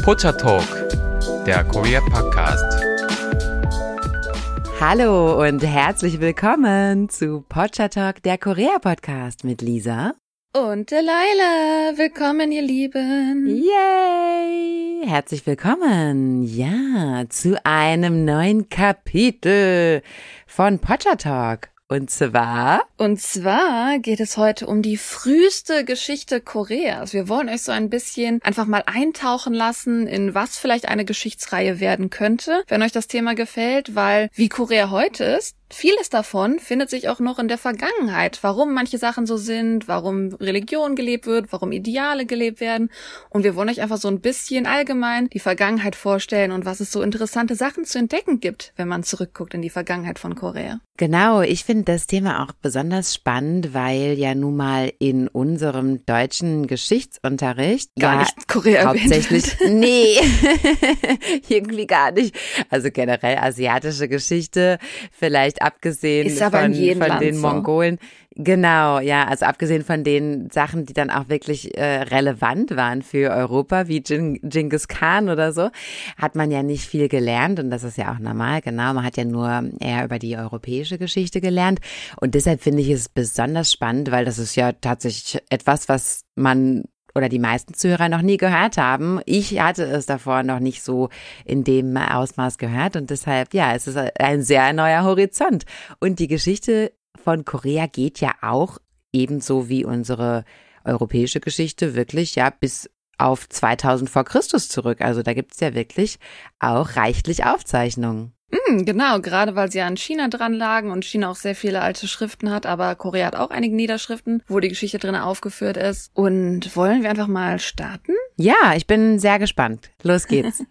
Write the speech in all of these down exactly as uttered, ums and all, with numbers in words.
Pocha Talk, der Korea Podcast. Hallo und herzlich willkommen zu Pocha Talk, der Korea Podcast mit Lisa und Delilah. Willkommen, ihr Lieben. Yay! Herzlich willkommen, ja, zu einem neuen Kapitel von Pocha Talk. Und zwar? Und zwar geht es heute um die früheste Geschichte Koreas. Wir wollen euch so ein bisschen einfach mal eintauchen lassen, in was vielleicht eine Geschichtsreihe werden könnte, wenn euch das Thema gefällt, weil wie Korea heute ist, vieles davon findet sich auch noch in der Vergangenheit. Warum manche Sachen so sind, warum Religion gelebt wird, warum Ideale gelebt werden. Und wir wollen euch einfach so ein bisschen allgemein die Vergangenheit vorstellen und was es so interessante Sachen zu entdecken gibt, wenn man zurückguckt in die Vergangenheit von Korea. Genau, ich finde das Thema auch besonders spannend, weil ja nun mal in unserem deutschen Geschichtsunterricht gar nicht Korea hauptsächlich, nee, irgendwie gar nicht. Also generell asiatische Geschichte, vielleicht abgesehen ist aber von, in jedem von Land den so. Mongolen. Genau, ja, also abgesehen von den Sachen, die dann auch wirklich äh, relevant waren für Europa, wie Gen- Genghis Khan oder so, hat man ja nicht viel gelernt und das ist ja auch normal, genau, man hat ja nur eher über die europäische Geschichte gelernt und deshalb finde ich es besonders spannend, weil das ist ja tatsächlich etwas, was man oder die meisten Zuhörer noch nie gehört haben. Ich hatte es davor noch nicht so in dem Ausmaß gehört und deshalb, ja, es ist ein sehr neuer Horizont und die Geschichte von Korea geht ja auch ebenso wie unsere europäische Geschichte wirklich ja bis auf zweitausend vor Christus zurück. Also da gibt's ja wirklich auch reichlich Aufzeichnungen. Mm, genau, gerade weil sie an China dran lagen und China auch sehr viele alte Schriften hat, aber Korea hat auch einige Niederschriften, wo die Geschichte drin aufgeführt ist. Und wollen wir einfach mal starten? Ja, ich bin sehr gespannt. Los geht's.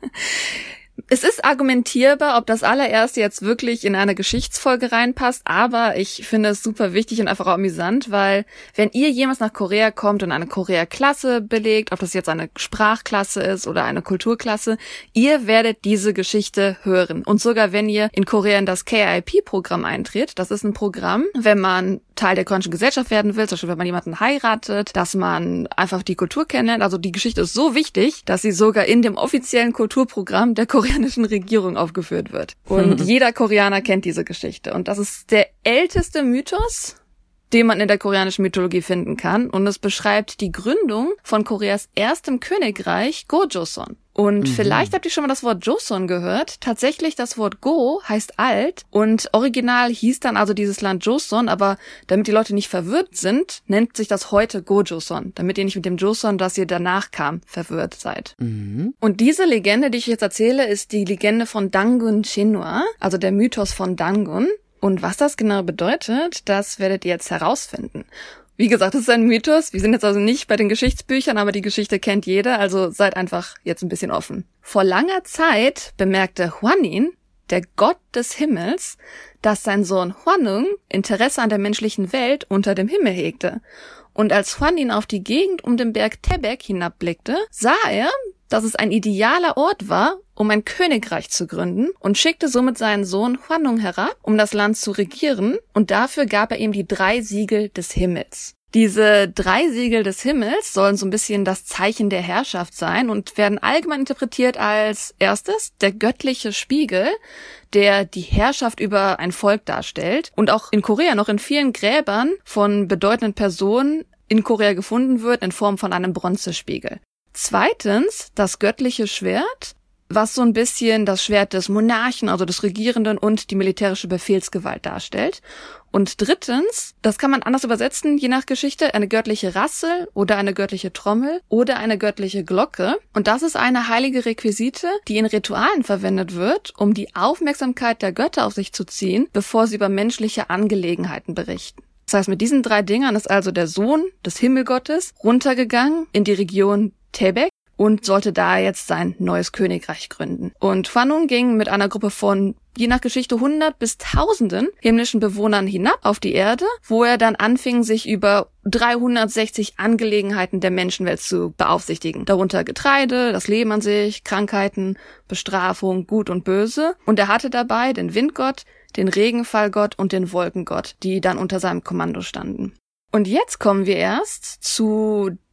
Es ist argumentierbar, ob das allererste jetzt wirklich in eine Geschichtsfolge reinpasst, aber ich finde es super wichtig und einfach auch amüsant, weil wenn ihr jemals nach Korea kommt und eine Korea-Klasse belegt, ob das jetzt eine Sprachklasse ist oder eine Kulturklasse, ihr werdet diese Geschichte hören. Und sogar wenn ihr in Korea in das K I P-Programm eintritt, das ist ein Programm, wenn man Teil der koreanischen Gesellschaft werden will, zum Beispiel wenn man jemanden heiratet, dass man einfach die Kultur kennenlernt. Also die Geschichte ist so wichtig, dass sie sogar in dem offiziellen Kulturprogramm der koreanischen Regierung aufgeführt wird. Und hm. jeder Koreaner kennt diese Geschichte. Und das ist der älteste Mythos, den man in der koreanischen Mythologie finden kann. Und es beschreibt die Gründung von Koreas erstem Königreich, Go-Joseon. Und mhm. vielleicht habt ihr schon mal das Wort Joseon gehört. Tatsächlich, das Wort Go heißt alt und original hieß dann also dieses Land Joseon, aber damit die Leute nicht verwirrt sind, nennt sich das heute Go-Joseon, damit ihr nicht mit dem Joseon, das ihr danach kam, verwirrt seid. Mhm. Und diese Legende, die ich jetzt erzähle, ist die Legende von Dangun Shinhwa, also der Mythos von Dangun. Und was das genau bedeutet, das werdet ihr jetzt herausfinden. Wie gesagt, das ist ein Mythos. Wir sind jetzt also nicht bei den Geschichtsbüchern, aber die Geschichte kennt jeder, also seid einfach jetzt ein bisschen offen. Vor langer Zeit bemerkte Hwanin, der Gott des Himmels, dass sein Sohn Hwanung Interesse an der menschlichen Welt unter dem Himmel hegte. Und als Hwanin auf die Gegend um den Berg Taebaek hinabblickte, sah er, dass es ein idealer Ort war, um ein Königreich zu gründen und schickte somit seinen Sohn Hwanung herab, um das Land zu regieren und dafür gab er ihm die drei Siegel des Himmels. Diese drei Siegel des Himmels sollen so ein bisschen das Zeichen der Herrschaft sein und werden allgemein interpretiert als erstes der göttliche Spiegel, der die Herrschaft über ein Volk darstellt und auch in Korea noch in vielen Gräbern von bedeutenden Personen in Korea gefunden wird in Form von einem Bronzespiegel. Zweitens das göttliche Schwert, was so ein bisschen das Schwert des Monarchen, also des Regierenden und die militärische Befehlsgewalt darstellt. Und drittens, das kann man anders übersetzen, je nach Geschichte, eine göttliche Rassel oder eine göttliche Trommel oder eine göttliche Glocke. Und das ist eine heilige Requisite, die in Ritualen verwendet wird, um die Aufmerksamkeit der Götter auf sich zu ziehen, bevor sie über menschliche Angelegenheiten berichten. Das heißt, mit diesen drei Dingern ist also der Sohn des Himmelgottes runtergegangen in die Region Taebaek und sollte da jetzt sein neues Königreich gründen. Und Hwanung ging mit einer Gruppe von, je nach Geschichte, hundert bis tausenden himmlischen Bewohnern hinab auf die Erde, wo er dann anfing, sich über dreihundertsechzig Angelegenheiten der Menschenwelt zu beaufsichtigen. Darunter Getreide, das Leben an sich, Krankheiten, Bestrafung, Gut und Böse. Und er hatte dabei den Windgott, den Regenfallgott und den Wolkengott, die dann unter seinem Kommando standen. Und jetzt kommen wir erst zu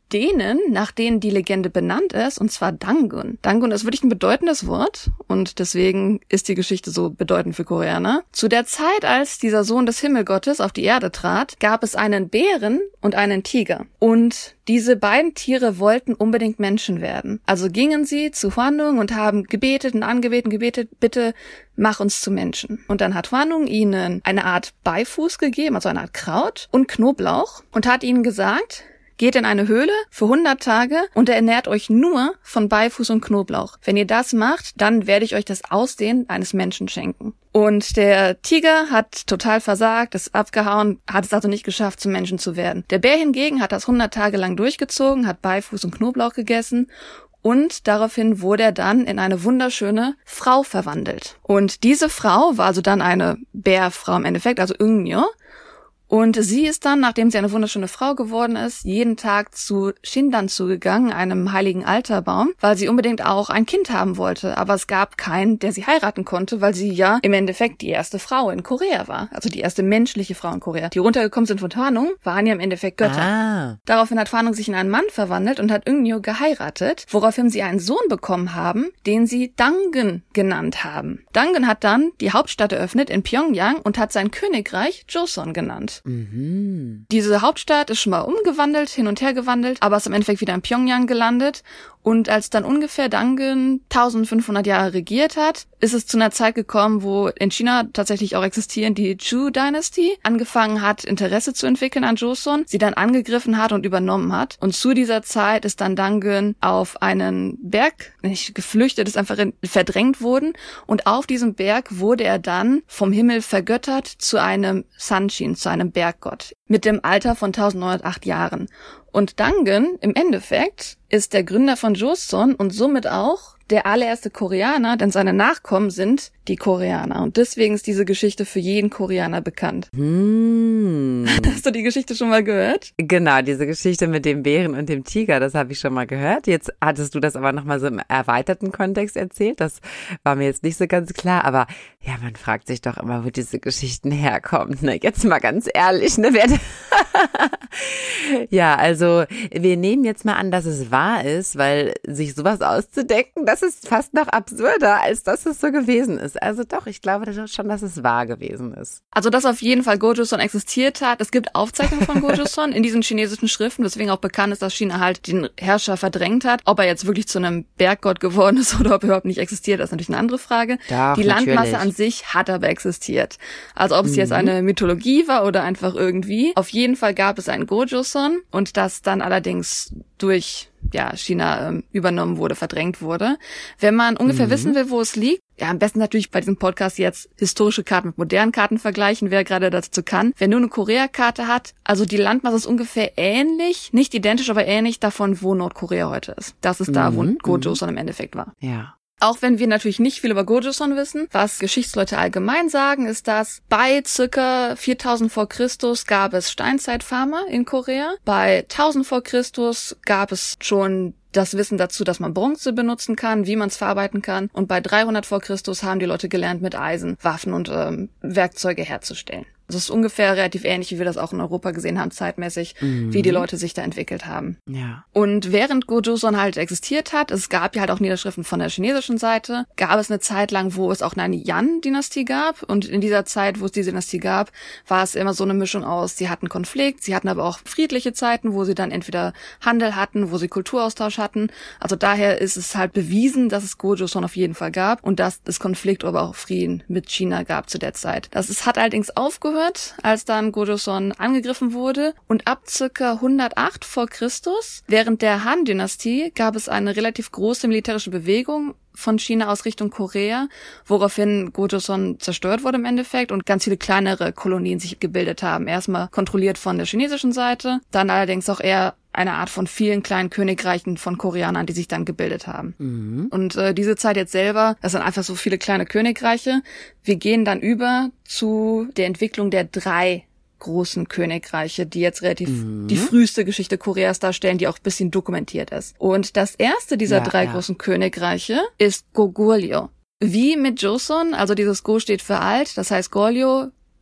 denen, nach denen die Legende benannt ist, und zwar Dangun. Dangun ist wirklich ein bedeutendes Wort und deswegen ist die Geschichte so bedeutend für Koreaner. Zu der Zeit, als dieser Sohn des Himmelgottes auf die Erde trat, gab es einen Bären und einen Tiger. Und diese beiden Tiere wollten unbedingt Menschen werden. Also gingen sie zu Hwanung und haben gebetet und angebetet, gebetet, bitte mach uns zu Menschen. Und dann hat Hwanung ihnen eine Art Beifuß gegeben, also eine Art Kraut und Knoblauch und hat ihnen gesagt, geht in eine Höhle für hundert Tage und ernährt euch nur von Beifuß und Knoblauch. Wenn ihr das macht, dann werde ich euch das Aussehen eines Menschen schenken. Und der Tiger hat total versagt, ist abgehauen, hat es also nicht geschafft, zum Menschen zu werden. Der Bär hingegen hat das hundert Tage lang durchgezogen, hat Beifuß und Knoblauch gegessen und daraufhin wurde er dann in eine wunderschöne Frau verwandelt. Und diese Frau war also dann eine Bärfrau im Endeffekt, also Eungnyo. Und sie ist dann, nachdem sie eine wunderschöne Frau geworden ist, jeden Tag zu Shindan zugegangen, einem heiligen Alterbaum, weil sie unbedingt auch ein Kind haben wollte. Aber es gab keinen, der sie heiraten konnte, weil sie ja im Endeffekt die erste Frau in Korea war. Also die erste menschliche Frau in Korea. Die runtergekommen sind von Hwanung, waren ja im Endeffekt Götter. Ah. Daraufhin hat Hwanung sich in einen Mann verwandelt und hat Eungnyo geheiratet, woraufhin sie einen Sohn bekommen haben, den sie Dangun genannt haben. Dangun hat dann die Hauptstadt eröffnet in Pyongyang und hat sein Königreich Joseon genannt. Mhm. Diese Hauptstadt ist schon mal umgewandelt, hin und her gewandelt, aber ist im Endeffekt wieder in Pyongyang gelandet. Und als dann ungefähr Dangun eintausendfünfhundert Jahre regiert hat, ist es zu einer Zeit gekommen, wo in China tatsächlich auch existieren die Chu-Dynasty angefangen hat, Interesse zu entwickeln an Joseon, sie dann angegriffen hat und übernommen hat. Und zu dieser Zeit ist dann Dangun auf einen Berg, nicht geflüchtet, ist einfach verdrängt worden. Und auf diesem Berg wurde er dann vom Himmel vergöttert zu einem Sanshin, zu einem Berggott, mit dem Alter von eintausendneunhundertacht Jahren. Und Dangun im Endeffekt ist der Gründer von Joseon und somit auch der allererste Koreaner, denn seine Nachkommen sind die Koreaner. Und deswegen ist diese Geschichte für jeden Koreaner bekannt. Hm. Hast du die Geschichte schon mal gehört? Genau, diese Geschichte mit dem Bären und dem Tiger, das habe ich schon mal gehört. Jetzt hattest du das aber nochmal so im erweiterten Kontext erzählt. Das war mir jetzt nicht so ganz klar. Aber ja, man fragt sich doch immer, wo diese Geschichten herkommen. Ne? Jetzt mal ganz ehrlich. Ne? Ja, also wir nehmen jetzt mal an, dass es wahr ist, weil sich sowas auszudenken, das ist fast noch absurder, als dass es so gewesen ist. Also doch, ich glaube schon, dass es wahr gewesen ist. Also, dass auf jeden Fall Gojoseon existiert hat. Es gibt Aufzeichnungen von Gojoseon in diesen chinesischen Schriften, weswegen auch bekannt ist, dass China halt den Herrscher verdrängt hat. Ob er jetzt wirklich zu einem Berggott geworden ist oder ob er überhaupt nicht existiert, ist natürlich eine andere Frage. Doch, Die natürlich. Landmasse an sich hat aber existiert. Also, ob es Mhm. jetzt eine Mythologie war oder einfach irgendwie. Auf jeden Fall gab es einen Gojoseon und das dann allerdings durch ja China ähm, übernommen wurde, verdrängt wurde. Wenn man ungefähr Mhm. wissen will, wo es liegt, ja, am besten natürlich bei diesem Podcast jetzt historische Karten mit modernen Karten vergleichen, wer gerade dazu kann. Wer nur eine Korea-Karte hat, also die Landmasse ist ungefähr ähnlich, nicht identisch, aber ähnlich davon, wo Nordkorea heute ist. Das ist da, wo Mhm. Gojoseon im Endeffekt war. Ja. Auch wenn wir natürlich nicht viel über Gojoseon wissen, was Geschichtsleute allgemein sagen, ist, dass bei circa viertausend vor Christus gab es Steinzeitfarmer in Korea. Bei tausend vor Christus gab es schon das Wissen dazu, dass man Bronze benutzen kann, wie man es verarbeiten kann. Und bei dreihundert vor Christus haben die Leute gelernt, mit Eisen Waffen und ähm, Werkzeuge herzustellen. Das ist ungefähr relativ ähnlich, wie wir das auch in Europa gesehen haben, zeitmäßig, Mhm. wie die Leute sich da entwickelt haben. Ja. Und während Gojoseon halt existiert hat, es gab ja halt auch Niederschriften von der chinesischen Seite, gab es eine Zeit lang, wo es auch eine Yan-Dynastie gab. Und in dieser Zeit, wo es diese Dynastie gab, war es immer so eine Mischung aus, sie hatten Konflikt, sie hatten aber auch friedliche Zeiten, wo sie dann entweder Handel hatten, wo sie Kulturaustausch hatten. Also daher ist es halt bewiesen, dass es Gojoseon auf jeden Fall gab und dass es Konflikt, aber auch Frieden mit China gab zu der Zeit. Das ist, hat allerdings aufgehört, als dann Gojoseon angegriffen wurde. Und ab circa hundertacht vor Christus, während der Han-Dynastie, gab es eine relativ große militärische Bewegung von China aus Richtung Korea, woraufhin Gojoseon zerstört wurde im Endeffekt und ganz viele kleinere Kolonien sich gebildet haben. Erstmal kontrolliert von der chinesischen Seite, dann allerdings auch eher eine Art von vielen kleinen Königreichen von Koreanern, die sich dann gebildet haben. Mhm. Und äh, diese Zeit jetzt selber, das sind einfach so viele kleine Königreiche. Wir gehen dann über zu der Entwicklung der drei großen Königreiche, die jetzt relativ Mhm. die früheste Geschichte Koreas darstellen, die auch ein bisschen dokumentiert ist. Und das erste dieser Ja, drei ja. großen Königreiche ist Goguryeo. Wie mit Joseon, also dieses Go steht für alt, das heißt Goryeo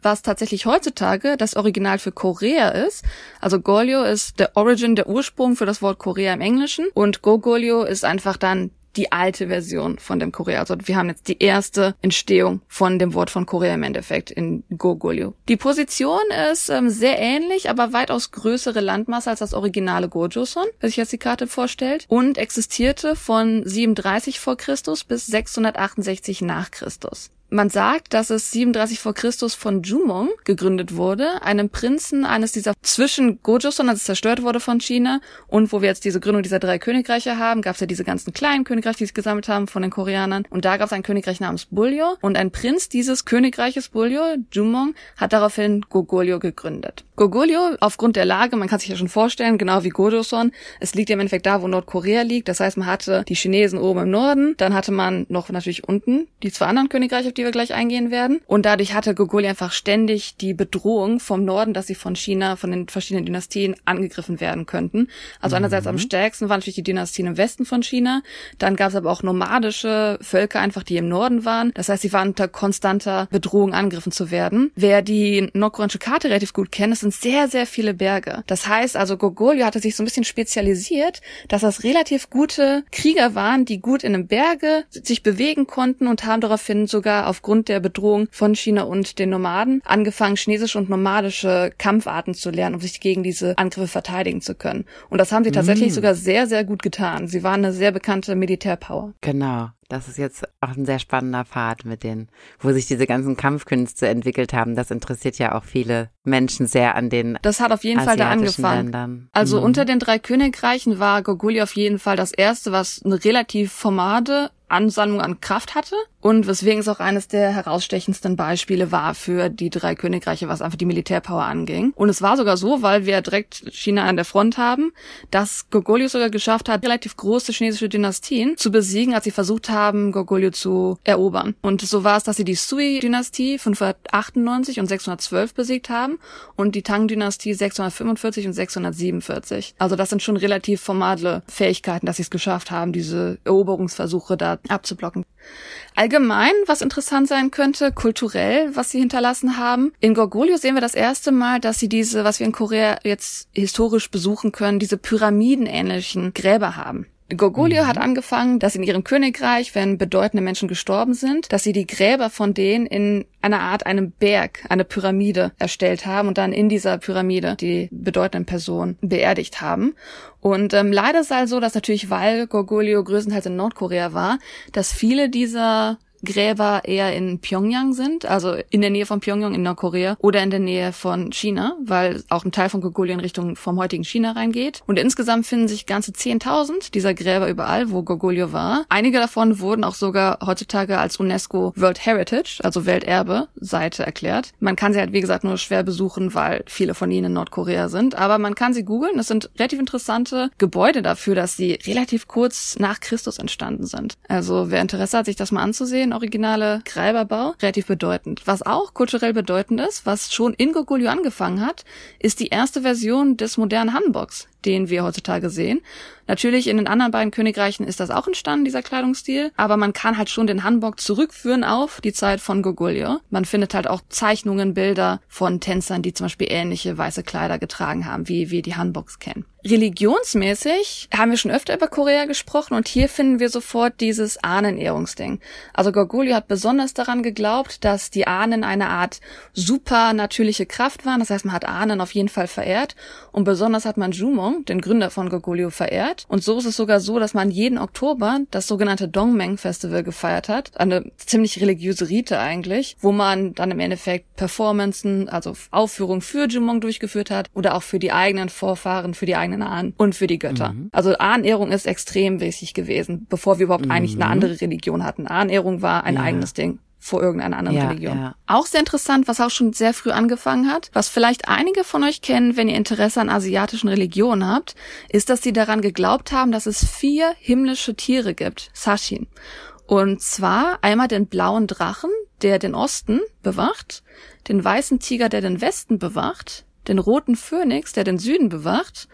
was tatsächlich heutzutage das Original für Korea ist. Also Goryeo ist der Origin, der Ursprung für das Wort Korea im Englischen und Goguryeo ist einfach dann die alte Version von dem Korea. Also wir haben jetzt die erste Entstehung von dem Wort von Korea im Endeffekt in Goguryeo. Die Position ist ähm, sehr ähnlich, aber weitaus größere Landmasse als das originale Gojoseon, wer sich jetzt die Karte vorstellt, und existierte von siebenunddreißig vor Christus bis sechshundertachtundsechzig nach Christus. Man sagt, dass es siebenunddreißig vor Christus von Jumong gegründet wurde, einem Prinzen eines dieser zwischen Gojoseon, als es zerstört wurde von China, und wo wir jetzt diese Gründung dieser drei Königreiche haben, gab es ja diese ganzen kleinen Königreiche, die sich gesammelt haben von den Koreanern. Und da gab es ein Königreich namens Bullyo und ein Prinz dieses Königreiches Bullyo, Jumong, hat daraufhin Goguryeo gegründet. Goguryeo, aufgrund der Lage, man kann sich ja schon vorstellen, genau wie Gojoseon, es liegt ja im Endeffekt da, wo Nordkorea liegt. Das heißt, man hatte die Chinesen oben im Norden, dann hatte man noch natürlich unten die zwei anderen Königreiche, die wir gleich eingehen werden. Und dadurch hatte Goguryeo einfach ständig die Bedrohung vom Norden, dass sie von China, von den verschiedenen Dynastien angegriffen werden könnten. Also mhm. einerseits am stärksten waren natürlich die Dynastien im Westen von China. Dann gab es aber auch nomadische Völker einfach, die im Norden waren. Das heißt, sie waren unter konstanter Bedrohung angegriffen zu werden. Wer die nordkoreanische Karte relativ gut kennt, es sind sehr, sehr viele Berge. Das heißt also, Goguryeo hatte sich so ein bisschen spezialisiert, dass das relativ gute Krieger waren, die gut in den Berge sich bewegen konnten und haben daraufhin sogar aufgrund der Bedrohung von China und den Nomaden angefangen, chinesische und nomadische Kampfarten zu lernen, um sich gegen diese Angriffe verteidigen zu können. Und das haben sie tatsächlich mm. sogar sehr, sehr gut getan. Sie waren eine sehr bekannte Militärpower. Genau. Das ist jetzt auch ein sehr spannender Pfad mit den, wo sich diese ganzen Kampfkünste entwickelt haben. Das interessiert ja auch viele Menschen sehr an den Das hat auf jeden Fall da angefangen. Ländern. Also mhm. unter den drei Königreichen war Goguryeo auf jeden Fall das erste, was eine relativ formale Ansammlung an Kraft hatte und weswegen es auch eines der herausstechendsten Beispiele war für die drei Königreiche, was einfach die Militärpower anging. Und es war sogar so, weil wir direkt China an der Front haben, dass Goguryeo sogar geschafft hat, relativ große chinesische Dynastien zu besiegen, als sie versucht haben, Goguryeo zu erobern. Und so war es, dass sie die Sui-Dynastie fünfhundertachtundneunzig und sechshundertzwölf besiegt haben und die Tang-Dynastie sechshundertfünfundvierzig und sechshundertsiebenundvierzig. Also das sind schon relativ formale Fähigkeiten, dass sie es geschafft haben, diese Eroberungsversuche da abzublocken. Allgemein, was interessant sein könnte, kulturell, was sie hinterlassen haben. In Goguryeo sehen wir das erste Mal, dass sie diese, was wir in Korea jetzt historisch besuchen können, diese pyramidenähnlichen Gräber haben. Goguryeo mhm. hat angefangen, dass in ihrem Königreich, wenn bedeutende Menschen gestorben sind, dass sie die Gräber von denen in einer Art einem Berg, eine Pyramide erstellt haben und dann in dieser Pyramide die bedeutenden Personen beerdigt haben. Und ähm, leider ist es halt so, dass natürlich, weil Goguryeo größtenteils in Nordkorea war, dass viele dieser Gräber eher in Pyongyang sind, also in der Nähe von Pyongyang in Nordkorea oder in der Nähe von China, weil auch ein Teil von Goguryeo in Richtung vom heutigen China reingeht. Und insgesamt finden sich ganze zehntausend dieser Gräber überall, wo Goguryeo war. Einige davon wurden auch sogar heutzutage als UNESCO World Heritage, also Welterbe, Seite erklärt. Man kann sie halt, wie gesagt, nur schwer besuchen, weil viele von ihnen in Nordkorea sind. Aber man kann sie googeln. Das sind relativ interessante Gebäude dafür, dass sie relativ kurz nach Christus entstanden sind. Also wer Interesse hat, sich das mal anzusehen, originale Gräberbau, relativ bedeutend. Was auch kulturell bedeutend ist, was schon in Goguryeo angefangen hat, ist die erste Version des modernen Hanboks, den wir heutzutage sehen. Natürlich in den anderen beiden Königreichen ist das auch entstanden, dieser Kleidungsstil, aber man kann halt schon den Hanbok zurückführen auf die Zeit von Goguryeo. Man findet halt auch Zeichnungen, Bilder von Tänzern, die zum Beispiel ähnliche weiße Kleider getragen haben, wie wir die Hanboks kennen. Religionsmäßig haben wir schon öfter über Korea gesprochen und hier finden wir sofort dieses Ahnenehrungsding. Also Goguryeo hat besonders daran geglaubt, dass die Ahnen eine Art supernatürliche Kraft waren. Das heißt, man hat Ahnen auf jeden Fall verehrt und besonders hat man Jumong, den Gründer von Goguryeo, verehrt. Und so ist es sogar so, dass man jeden Oktober das sogenannte Dongmeng Festival gefeiert hat. Eine ziemlich religiöse Rite eigentlich, wo man dann im Endeffekt Performancen, also Aufführungen für Jumong durchgeführt hat oder auch für die eigenen Vorfahren, für die eigenen Ahnen und für die Götter. Mhm. Also Ahnenehrung ist extrem wichtig gewesen, bevor wir überhaupt mhm. eigentlich eine andere Religion hatten. Ahnenehrung war ein ja. eigenes Ding vor irgendeiner anderen ja, Religion. Ja. Auch sehr interessant, was auch schon sehr früh angefangen hat, was vielleicht einige von euch kennen, wenn ihr Interesse an asiatischen Religionen habt, ist, dass sie daran geglaubt haben, dass es vier himmlische Tiere gibt, Sashin. Und zwar einmal den blauen Drachen, der den Osten bewacht, den weißen Tiger, der den Westen bewacht, den roten Phönix, der den Süden bewacht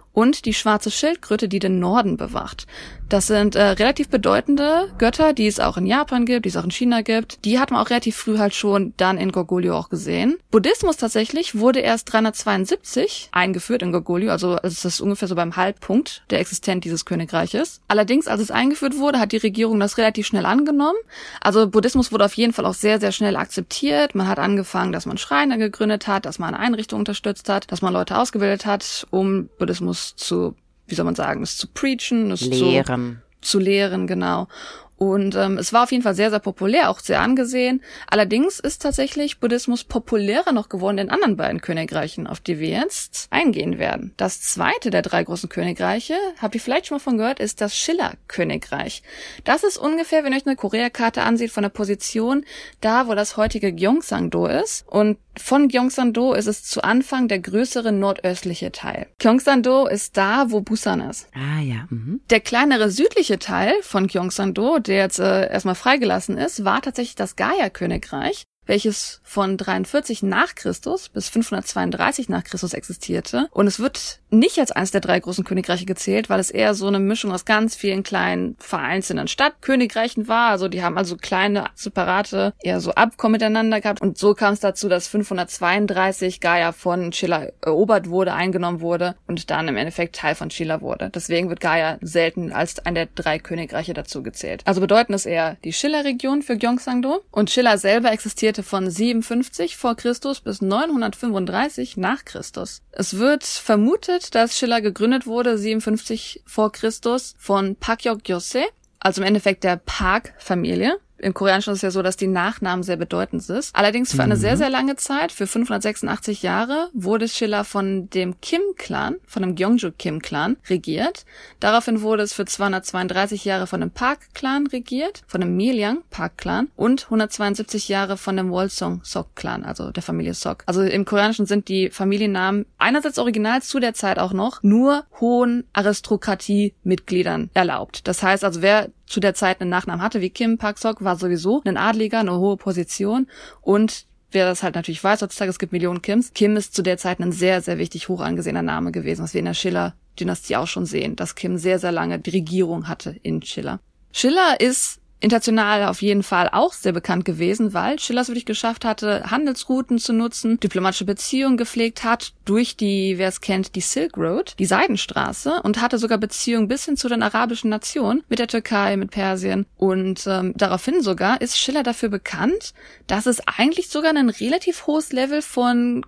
und die schwarze Schildkröte, die den Norden bewacht. Das sind äh, relativ bedeutende Götter, die es auch in Japan gibt, die es auch in China gibt. Die hat man auch relativ früh halt schon dann in Goguryeo auch gesehen. Buddhismus tatsächlich wurde erst dreihundertzweiundsiebzig eingeführt in Goguryeo, also es ist ungefähr so beim Halbpunkt der Existenz dieses Königreiches. Allerdings, als es eingeführt wurde, hat die Regierung das relativ schnell angenommen. Also Buddhismus wurde auf jeden Fall auch sehr, sehr schnell akzeptiert. Man hat angefangen, dass man Schreine gegründet hat, dass man Einrichtungen unterstützt hat, dass man Leute ausgebildet hat, um Buddhismus zu, wie soll man sagen, es zu preachen, es lehren. Zu, zu lehren, genau. Und ähm, es war auf jeden Fall sehr, sehr populär, auch sehr angesehen. Allerdings ist tatsächlich Buddhismus populärer noch geworden in anderen beiden Königreichen, auf die wir jetzt eingehen werden. Das zweite der drei großen Königreiche, habt ihr vielleicht schon mal von gehört, ist das Shilla-Königreich. Das ist ungefähr, wenn ihr euch eine Korea-Karte ansieht, von der Position da, wo das heutige Gyeongsang-do ist. Und von Gyeongsang-do ist es zu Anfang der größere nordöstliche Teil. Gyeongsang-do ist da, wo Busan ist. Ah ja. Mhm. Der kleinere südliche Teil von Gyeongsang-do, der jetzt äh, erstmal freigelassen ist, war tatsächlich das Gaya-Königreich, welches von dreiundvierzig nach Christus bis fünfhundertzweiunddreißig nach Christus existierte. Und es wird nicht als eines der drei großen Königreiche gezählt, weil es eher so eine Mischung aus ganz vielen kleinen vereinzelten Stadtkönigreichen war. Also die haben also kleine, separate, eher so Abkommen miteinander gehabt. Und so kam es dazu, dass fünfhundertzweiunddreißig Gaya von Shilla erobert wurde, eingenommen wurde und dann im Endeffekt Teil von Shilla wurde. Deswegen wird Gaya selten als ein der drei Königreiche dazu gezählt. Also bedeuten es eher die Shilla-Region für Gyeongsang-do. Und Shilla selber existierte von siebenundfünfzig vor Christus bis neunhundertfünfunddreißig nach Christus. Es wird vermutet, dass Shilla gegründet wurde siebenundfünfzig vor Christus von Pakyok Gyose, also im Endeffekt der Park-Familie. Im Koreanischen ist es ja so, dass die Nachnamen sehr bedeutend sind. Allerdings für eine Mhm. sehr, sehr lange Zeit, für fünfhundertsechsundachtzig Jahre, wurde Shilla von dem Kim-Clan, von dem Gyeongju-Kim-Clan regiert. Daraufhin wurde es für zweihundertzweiunddreißig Jahre von dem Park-Clan regiert, von dem Milyang-Park-Clan und hundertzweiundsiebzig Jahre von dem Wolseong-Sok-Clan, also der Familie Sok. Also im Koreanischen sind die Familiennamen einerseits original zu der Zeit auch noch nur hohen Aristokratie-Mitgliedern erlaubt. Das heißt also, wer zu der Zeit einen Nachnamen hatte, wie Kim Pak-sok, war sowieso ein Adliger, eine hohe Position. Und wer das halt natürlich weiß, heutzutage, es gibt Millionen Kims. Kim ist zu der Zeit ein sehr, sehr wichtig hoch angesehener Name gewesen, was wir in der Shilla-Dynastie auch schon sehen, dass Kim sehr, sehr lange die Regierung hatte in Shilla. Shilla ist international auf jeden Fall auch sehr bekannt gewesen, weil Shilla es wirklich geschafft hatte, Handelsrouten zu nutzen, diplomatische Beziehungen gepflegt hat durch die, wer es kennt, die Silk Road, die Seidenstraße, und hatte sogar Beziehungen bis hin zu den arabischen Nationen, mit der Türkei, mit Persien. Und ähm, daraufhin sogar ist Shilla dafür bekannt, dass es eigentlich sogar ein relativ hohes Level von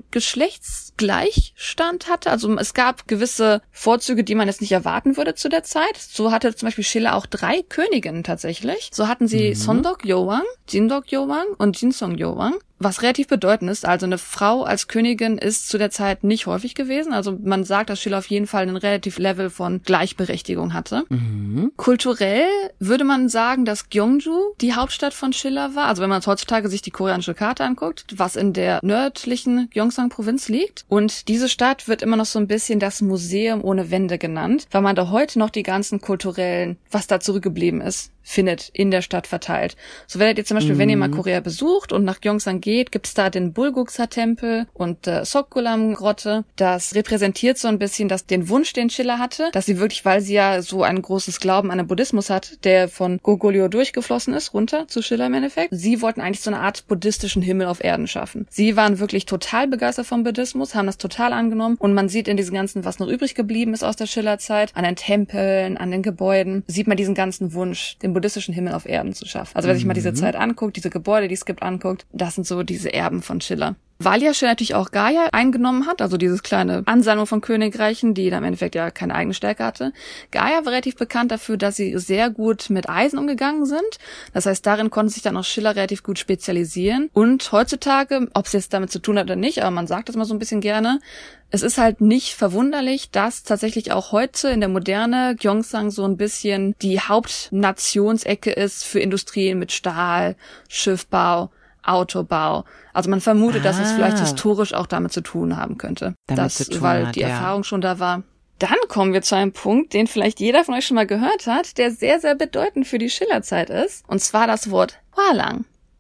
Geschlechtsgleichstand hatte. Also es gab gewisse Vorzüge, die man jetzt nicht erwarten würde zu der Zeit. So hatte zum Beispiel Shilla auch drei Königinnen tatsächlich. So hatten sie mhm. Sondok Yowang, Jindok Yowang und Jinsong Yowang. Was relativ bedeutend ist, also eine Frau als Königin ist zu der Zeit nicht häufig gewesen. Also man sagt, dass Shilla auf jeden Fall einen relativ Level von Gleichberechtigung hatte. Mhm. Kulturell würde man sagen, dass Gyeongju die Hauptstadt von Shilla war. Also wenn man heutzutage sich die koreanische Karte anguckt, was in der nördlichen Gyeongsang-Provinz liegt. Und diese Stadt wird immer noch so ein bisschen das Museum ohne Wände genannt, weil man da heute noch die ganzen kulturellen, was da zurückgeblieben ist, findet in der Stadt verteilt. So werdet ihr zum Beispiel, mhm. wenn ihr mal Korea besucht und nach Gyeongsang geht, gibt es da den Bulguksa-Tempel und äh, Sokgulam-Grotte. Das repräsentiert so ein bisschen das, den Wunsch, den Shilla hatte, dass sie wirklich, weil sie ja so ein großes Glauben an den Buddhismus hat, der von Goguryeo durchgeflossen ist, runter zu Shilla im Endeffekt. Sie wollten eigentlich so eine Art buddhistischen Himmel auf Erden schaffen. Sie waren wirklich total begeistert vom Buddhismus, haben das total angenommen, und man sieht in diesem ganzen, was noch übrig geblieben ist aus der Shilla-Zeit, an den Tempeln, an den Gebäuden, sieht man diesen ganzen Wunsch, den buddhistischen Himmel auf Erden zu schaffen. Also wer sich mal diese Zeit anguckt, diese Gebäude, die es gibt, anguckt, das sind so diese Erben von Shilla. Weil ja Shilla natürlich auch Gaya eingenommen hat, also dieses kleine Ansammlung von Königreichen, die dann im Endeffekt ja keine eigene Stärke hatte. Gaya war relativ bekannt dafür, dass sie sehr gut mit Eisen umgegangen sind. Das heißt, darin konnte sich dann auch Shilla relativ gut spezialisieren. Und heutzutage, ob es jetzt damit zu tun hat oder nicht, aber man sagt das mal so ein bisschen gerne, es ist halt nicht verwunderlich, dass tatsächlich auch heute in der Moderne Gyeongsang so ein bisschen die Hauptnationsecke ist für Industrien mit Stahl, Schiffbau, Autobau. Also man vermutet, ah. dass es vielleicht historisch auch damit zu tun haben könnte. Damit dass, zu tun weil hat, die ja. Erfahrung schon da war. Dann kommen wir zu einem Punkt, den vielleicht jeder von euch schon mal gehört hat, der sehr, sehr bedeutend für die Shilla-Zeit ist. Und zwar das Wort Hwalang.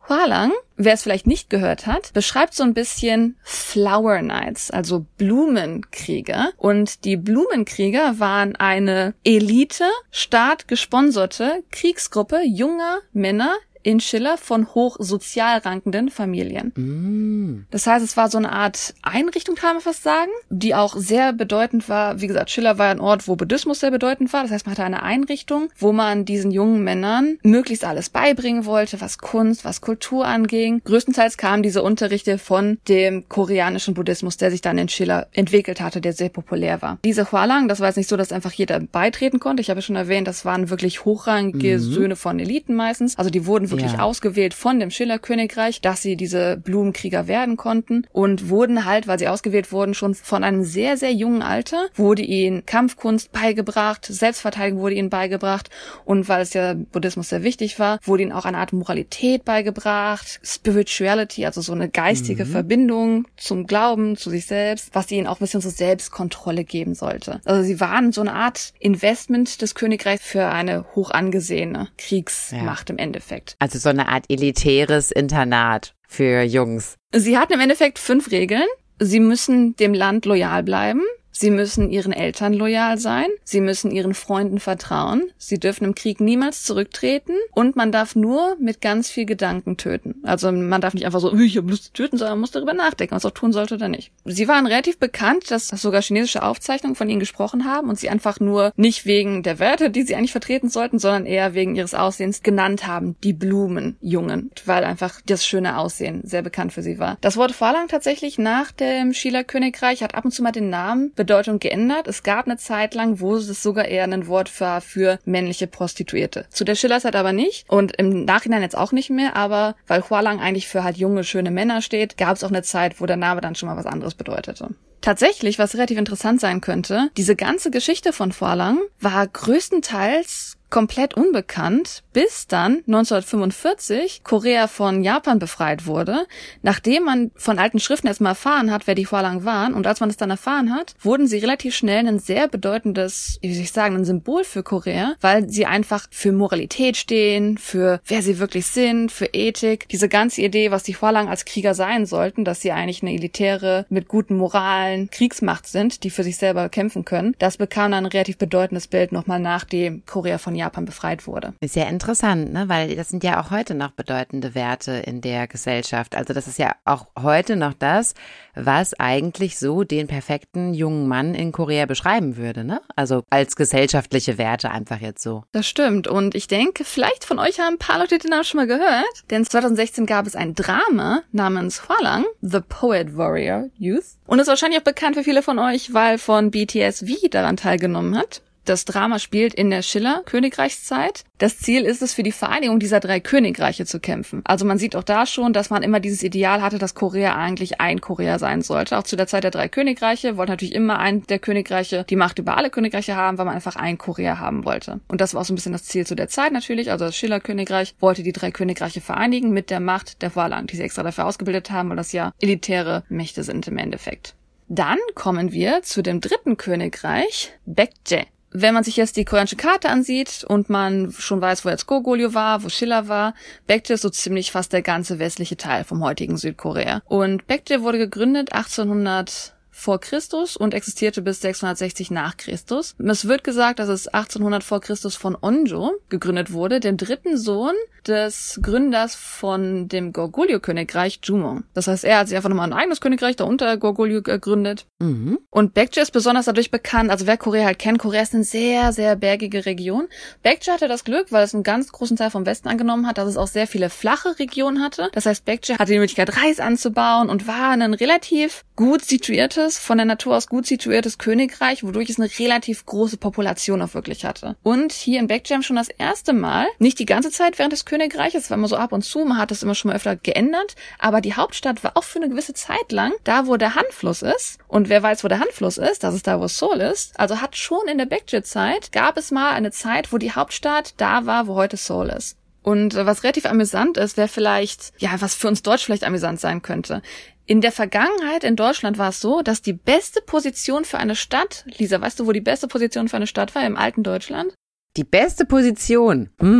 Hwalang, wer es vielleicht nicht gehört hat, beschreibt so ein bisschen Flower Knights, also Blumenkrieger. Und die Blumenkrieger waren eine Elite, staatgesponserte Kriegsgruppe junger Männer in Schiller von hochsozial rankenden Familien. Mm. Das heißt, es war so eine Art Einrichtung, kann man fast sagen, die auch sehr bedeutend war. Wie gesagt, Schiller war ein Ort, wo Buddhismus sehr bedeutend war. Das heißt, man hatte eine Einrichtung, wo man diesen jungen Männern möglichst alles beibringen wollte, was Kunst, was Kultur anging. Größtenteils kamen diese Unterrichte von dem koreanischen Buddhismus, der sich dann in Schiller entwickelt hatte, der sehr populär war. Diese Hwalang, das war jetzt nicht so, dass einfach jeder beitreten konnte. Ich habe ja schon erwähnt, das waren wirklich hochrangige Mhm. Söhne von Eliten meistens. Also die wurden wirklich Ja. ausgewählt von dem Schiller-Königreich, dass sie diese Blumenkrieger werden konnten und wurden halt, weil sie ausgewählt wurden, schon von einem sehr, sehr jungen Alter, wurde ihnen Kampfkunst beigebracht, Selbstverteidigung wurde ihnen beigebracht und weil es ja Buddhismus sehr wichtig war, wurde ihnen auch eine Art Moralität beigebracht, Spirituality, also so eine geistige Mhm. Verbindung zum Glauben, zu sich selbst, was ihnen auch ein bisschen so Selbstkontrolle geben sollte. Also sie waren so eine Art Investment des Königreichs für eine hoch angesehene Kriegsmacht im Endeffekt. Also so eine Art elitäres Internat für Jungs. Sie hatten im Endeffekt fünf Regeln. Sie müssen dem Land loyal bleiben. Sie müssen ihren Eltern loyal sein. Sie müssen ihren Freunden vertrauen. Sie dürfen im Krieg niemals zurücktreten. Und man darf nur mit ganz viel Gedanken töten. Also man darf nicht einfach so, ich hab Lust zu töten, sondern man muss darüber nachdenken, was auch tun sollte oder nicht. Sie waren relativ bekannt, dass sogar chinesische Aufzeichnungen von ihnen gesprochen haben und sie einfach nur nicht wegen der Werte, die sie eigentlich vertreten sollten, sondern eher wegen ihres Aussehens genannt haben, die Blumenjungen, weil einfach das schöne Aussehen sehr bekannt für sie war. Das Wort Hwalang tatsächlich nach dem Schiller-Königreich hat ab und zu mal den Namen Bedeutung geändert. Es gab eine Zeit lang, wo es sogar eher ein Wort war für männliche Prostituierte. Zu der Schillerzeit aber nicht und im Nachhinein jetzt auch nicht mehr, aber weil Hwalang eigentlich für halt junge, schöne Männer steht, gab es auch eine Zeit, wo der Name dann schon mal was anderes bedeutete. Tatsächlich, was relativ interessant sein könnte, diese ganze Geschichte von Hwalang war größtenteils komplett unbekannt, bis dann neunzehnhundertfünfundvierzig Korea von Japan befreit wurde, nachdem man von alten Schriften erstmal erfahren hat, wer die Hwalang waren. Und als man es dann erfahren hat, wurden sie relativ schnell ein sehr bedeutendes, wie soll ich sagen, ein Symbol für Korea, weil sie einfach für Moralität stehen, für wer sie wirklich sind, für Ethik. Diese ganze Idee, was die Hwalang als Krieger sein sollten, dass sie eigentlich eine elitäre, mit guten Moralen Kriegsmacht sind, die für sich selber kämpfen können, das bekam dann ein relativ bedeutendes Bild nochmal, nachdem Korea von Japan befreit wurde. Ist ja interessant, ne? Weil das sind ja auch heute noch bedeutende Werte in der Gesellschaft. Also das ist ja auch heute noch das, was eigentlich so den perfekten jungen Mann in Korea beschreiben würde, ne? Also als gesellschaftliche Werte einfach jetzt so. Das stimmt und ich denke, vielleicht von euch haben ein paar Leute den Namen schon mal gehört, denn zweitausendsechzehn gab es ein Drama namens Hwalang, The Poet Warrior Youth und ist wahrscheinlich auch bekannt für viele von euch, weil von B T S V daran teilgenommen hat. Das Drama spielt in der Schiller-Königreichszeit. Das Ziel ist es, für die Vereinigung dieser drei Königreiche zu kämpfen. Also man sieht auch da schon, dass man immer dieses Ideal hatte, dass Korea eigentlich ein Korea sein sollte. Auch zu der Zeit der drei Königreiche wollte natürlich immer ein der Königreiche die Macht über alle Königreiche haben, weil man einfach ein Korea haben wollte. Und das war auch so ein bisschen das Ziel zu der Zeit natürlich. Also das Schiller-Königreich wollte die drei Königreiche vereinigen mit der Macht der Hwalang, die sie extra dafür ausgebildet haben, weil das ja elitäre Mächte sind im Endeffekt. Dann kommen wir zu dem dritten Königreich, Baekje. Wenn man sich jetzt die koreanische Karte ansieht und man schon weiß, wo jetzt Goguryeo war, wo Schiller war, Baekje ist so ziemlich fast der ganze westliche Teil vom heutigen Südkorea. Und Baekje wurde gegründet achtzehnhundert vor Christus und existierte bis sechshundertsechzig nach Christus. Es wird gesagt, dass es achtzehnhundert vor Christus von Onjo gegründet wurde, dem dritten Sohn des Gründers von dem Goguryeo-Königreich, Jumong. Das heißt, er hat sich einfach nochmal ein eigenes Königreich darunter Goguryeo gegründet. Mhm. Und Baekje ist besonders dadurch bekannt, also wer Korea halt kennt, Korea ist eine sehr, sehr bergige Region. Baekje hatte das Glück, weil es einen ganz großen Teil vom Westen angenommen hat, dass es auch sehr viele flache Regionen hatte. Das heißt, Baekje hatte die Möglichkeit, Reis anzubauen und war ein relativ gut situiertes, von der Natur aus gut situiertes Königreich, wodurch es eine relativ große Population auch wirklich hatte. Und hier in Baekje haben schon das erste Mal, nicht die ganze Zeit während des Königreiches, es war immer so ab und zu, man hat das immer schon mal öfter geändert, aber die Hauptstadt war auch für eine gewisse Zeit lang da, wo der Han-Fluss ist. Und wer weiß, wo der Han-Fluss ist, das ist da, wo Seoul ist. Also hat schon in der Baekje-Zeit, gab es mal eine Zeit, wo die Hauptstadt da war, wo heute Seoul ist. Und was relativ amüsant ist, wäre vielleicht, ja, was für uns Deutsch vielleicht amüsant sein könnte. In der Vergangenheit in Deutschland war es so, dass die beste Position für eine Stadt, Lisa, weißt du, wo die beste Position für eine Stadt war im alten Deutschland? Die beste Position? Hm.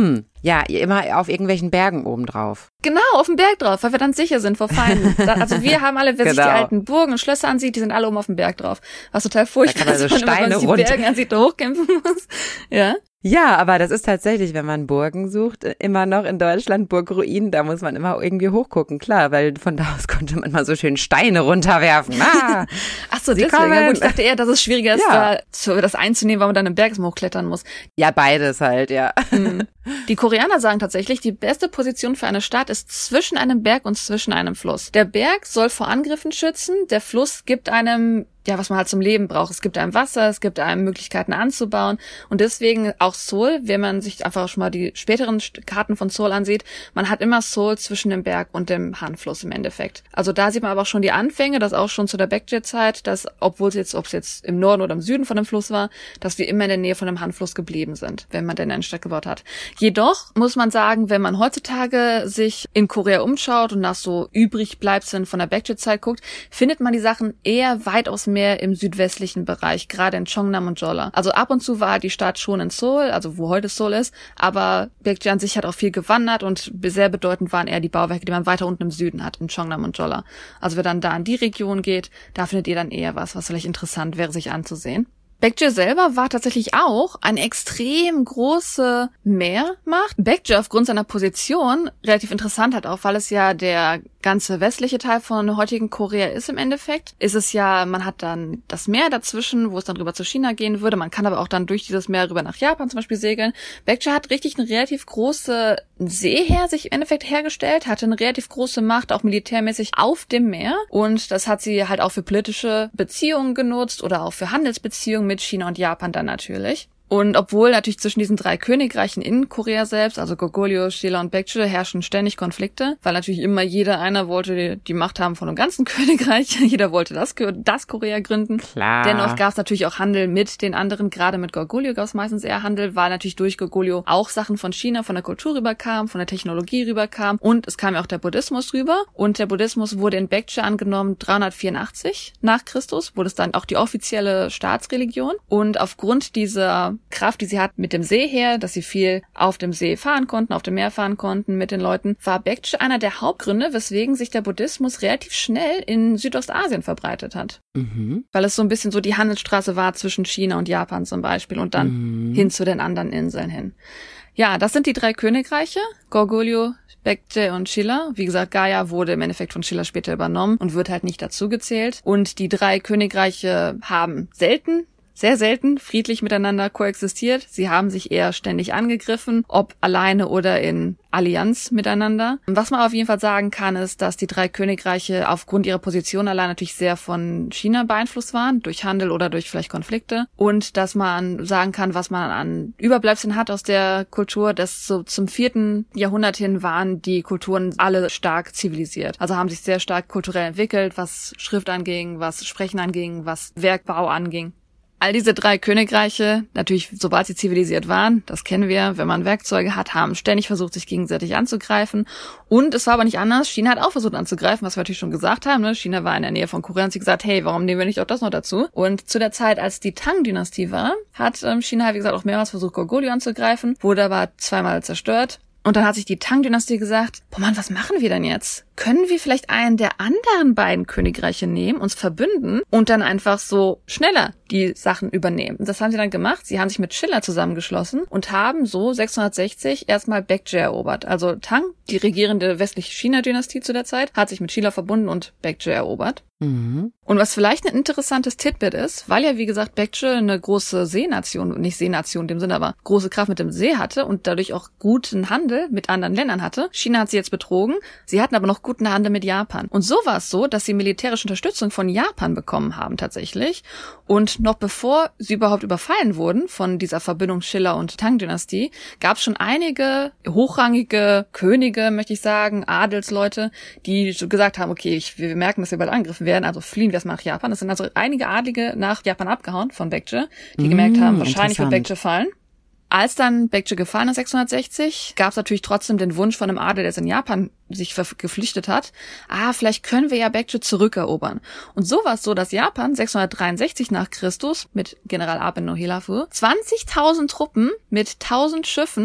Ja, immer auf irgendwelchen Bergen oben drauf. Genau, auf dem Berg drauf, weil wir dann sicher sind vor Feinden. Da, also wir haben alle, wer genau. sich die alten Burgen und Schlösser ansieht, die sind alle oben auf dem Berg drauf. Was total furchtbar ist, so wenn man sich die Bergen ansieht, da hochkämpfen muss. Ja. Ja, aber das ist tatsächlich, wenn man Burgen sucht, immer noch in Deutschland, Burgruinen, da muss man immer irgendwie hochgucken, klar, weil von da aus konnte man mal so schön Steine runterwerfen. Ah, Ach so, deswegen. Ja, gut, ich dachte eher, dass es schwieriger ist, ja. da das einzunehmen, weil man dann im Berg hochklettern muss. Ja, beides halt, ja. Mhm. Die Koreaner sagen tatsächlich, die beste Position für eine Stadt ist zwischen einem Berg und zwischen einem Fluss. Der Berg soll vor Angriffen schützen, der Fluss gibt einem ja, was man halt zum Leben braucht. Es gibt einem Wasser, es gibt einem Möglichkeiten anzubauen und deswegen auch Seoul, wenn man sich einfach schon mal die späteren Karten von Seoul ansieht, man hat immer Seoul zwischen dem Berg und dem Han-Fluss im Endeffekt. Also da sieht man aber auch schon die Anfänge, dass auch schon zu der Baekje-Zeit, dass, obwohl es jetzt, ob es jetzt im Norden oder im Süden von dem Fluss war, dass wir immer in der Nähe von dem Han-Fluss geblieben sind, wenn man denn eine Stadt gebaut hat. Jedoch muss man sagen, wenn man heutzutage sich in Korea umschaut und nach so übrig Bleibseln von der Baekje-Zeit guckt, findet man die Sachen eher weitaus mehr im südwestlichen Bereich, gerade in Cheongnam und Jeolla. Also ab und zu war die Stadt schon in Seoul, also wo heute Seoul ist, aber Baekje an sich hat auch viel gewandert und sehr bedeutend waren eher die Bauwerke, die man weiter unten im Süden hat, in Cheongnam und Jeolla. Also wer dann da in die Region geht, da findet ihr dann eher was, was vielleicht interessant wäre, sich anzusehen. Baekje selber war tatsächlich auch eine extrem große Meermacht. Baekje aufgrund seiner Position relativ interessant hat auch, weil es ja der ganze westliche Teil von heutigen Korea ist im Endeffekt. Ist es ja, man hat dann das Meer dazwischen, wo es dann rüber zu China gehen würde. Man kann aber auch dann durch dieses Meer rüber nach Japan zum Beispiel segeln. Baekje hat richtig eine relativ große Seeheer sich im Endeffekt hergestellt, hatte eine relativ große Macht, auch militärmäßig auf dem Meer. Und das hat sie halt auch für politische Beziehungen genutzt oder auch für Handelsbeziehungen mit China und Japan dann natürlich. Und obwohl natürlich zwischen diesen drei Königreichen in Korea selbst, also Goguryeo, Shilla und Baekje, herrschen ständig Konflikte, weil natürlich immer jeder einer wollte die, die Macht haben von dem ganzen Königreich. Jeder wollte das, das Korea gründen. Klar. Dennoch gab es natürlich auch Handel mit den anderen, gerade mit Goguryeo gab es meistens eher Handel, weil natürlich durch Goguryeo auch Sachen von China, von der Kultur rüberkamen, von der Technologie rüberkamen und es kam ja auch der Buddhismus rüber. Und der Buddhismus wurde in Baekje angenommen dreihundertvierundachtzig nach Christus, wurde es dann auch die offizielle Staatsreligion. Und aufgrund dieser Kraft, die sie hat mit dem See her, dass sie viel auf dem See fahren konnten, auf dem Meer fahren konnten mit den Leuten, war Baekje einer der Hauptgründe, weswegen sich der Buddhismus relativ schnell in Südostasien verbreitet hat. Mhm. Weil es so ein bisschen so die Handelsstraße war zwischen China und Japan zum Beispiel und dann mhm. hin zu den anderen Inseln hin. Ja, das sind die drei Königreiche, Goguryeo, Baekje und Shilla. Wie gesagt, Gaya wurde im Endeffekt von Shilla später übernommen und wird halt nicht dazu gezählt. Und die drei Königreiche haben selten sehr selten friedlich miteinander koexistiert. Sie haben sich eher ständig angegriffen, ob alleine oder in Allianz miteinander. Was man auf jeden Fall sagen kann, ist, dass die drei Königreiche aufgrund ihrer Position allein natürlich sehr von China beeinflusst waren, durch Handel oder durch vielleicht Konflikte. Und dass man sagen kann, was man an Überbleibseln hat aus der Kultur, dass so zum vierten Jahrhundert hin waren die Kulturen alle stark zivilisiert. Also haben sich sehr stark kulturell entwickelt, was Schrift anging, was Sprechen anging, was Werkbau anging. All diese drei Königreiche, natürlich sobald sie zivilisiert waren, das kennen wir, wenn man Werkzeuge hat, haben ständig versucht, sich gegenseitig anzugreifen. Und es war aber nicht anders. China hat auch versucht anzugreifen, was wir natürlich schon gesagt haben. Ne? China war in der Nähe von Korea und sie gesagt, hey, warum nehmen wir nicht auch das noch dazu? Und zu der Zeit, als die Tang-Dynastie war, hat ähm, China, wie gesagt, auch mehrmals versucht, Goguryeo anzugreifen, wurde aber zweimal zerstört. Und dann hat sich die Tang-Dynastie gesagt, boah Mann, was machen wir denn jetzt? Können wir vielleicht einen der anderen beiden Königreiche nehmen, uns verbünden und dann einfach so schneller die Sachen übernehmen? Und das haben sie dann gemacht. Sie haben sich mit Shilla zusammengeschlossen und haben so sechshundertsechzig erstmal Baekje erobert. Also Tang, die regierende westliche China-Dynastie zu der Zeit, hat sich mit Shilla verbunden und Baekje erobert. Mhm. Und was vielleicht ein interessantes Titbit ist, weil ja, wie gesagt, Baekje eine große Seenation, nicht Seenation in dem Sinne, aber große Kraft mit dem See hatte und dadurch auch guten Handel mit anderen Ländern hatte. China hat sie jetzt betrogen. Sie hatten aber noch guten Handel mit Japan. Und so war es so, dass sie militärische Unterstützung von Japan bekommen haben tatsächlich. Und noch bevor sie überhaupt überfallen wurden von dieser Verbindung Shilla und Tang-Dynastie, gab es schon einige hochrangige Könige, möchte ich sagen, Adelsleute, die gesagt haben, okay, ich, wir merken, dass wir bald angegriffen werden, also fliehen wir erstmal nach Japan. Es sind also einige Adlige nach Japan abgehauen von Baekje, die mmh, gemerkt haben, wahrscheinlich wird Baekje fallen. Als dann Baekje gefallen ist, sechshundertsechzig, gab es natürlich trotzdem den Wunsch von einem Adel, der jetzt in Japan sich geflüchtet hat, ah, vielleicht können wir ja Baekje zurückerobern. Und so war es so, dass Japan sechshundertdreiundsechzig nach Christus mit General Abe no Hilafu zwanzigtausend Truppen mit tausend Schiffen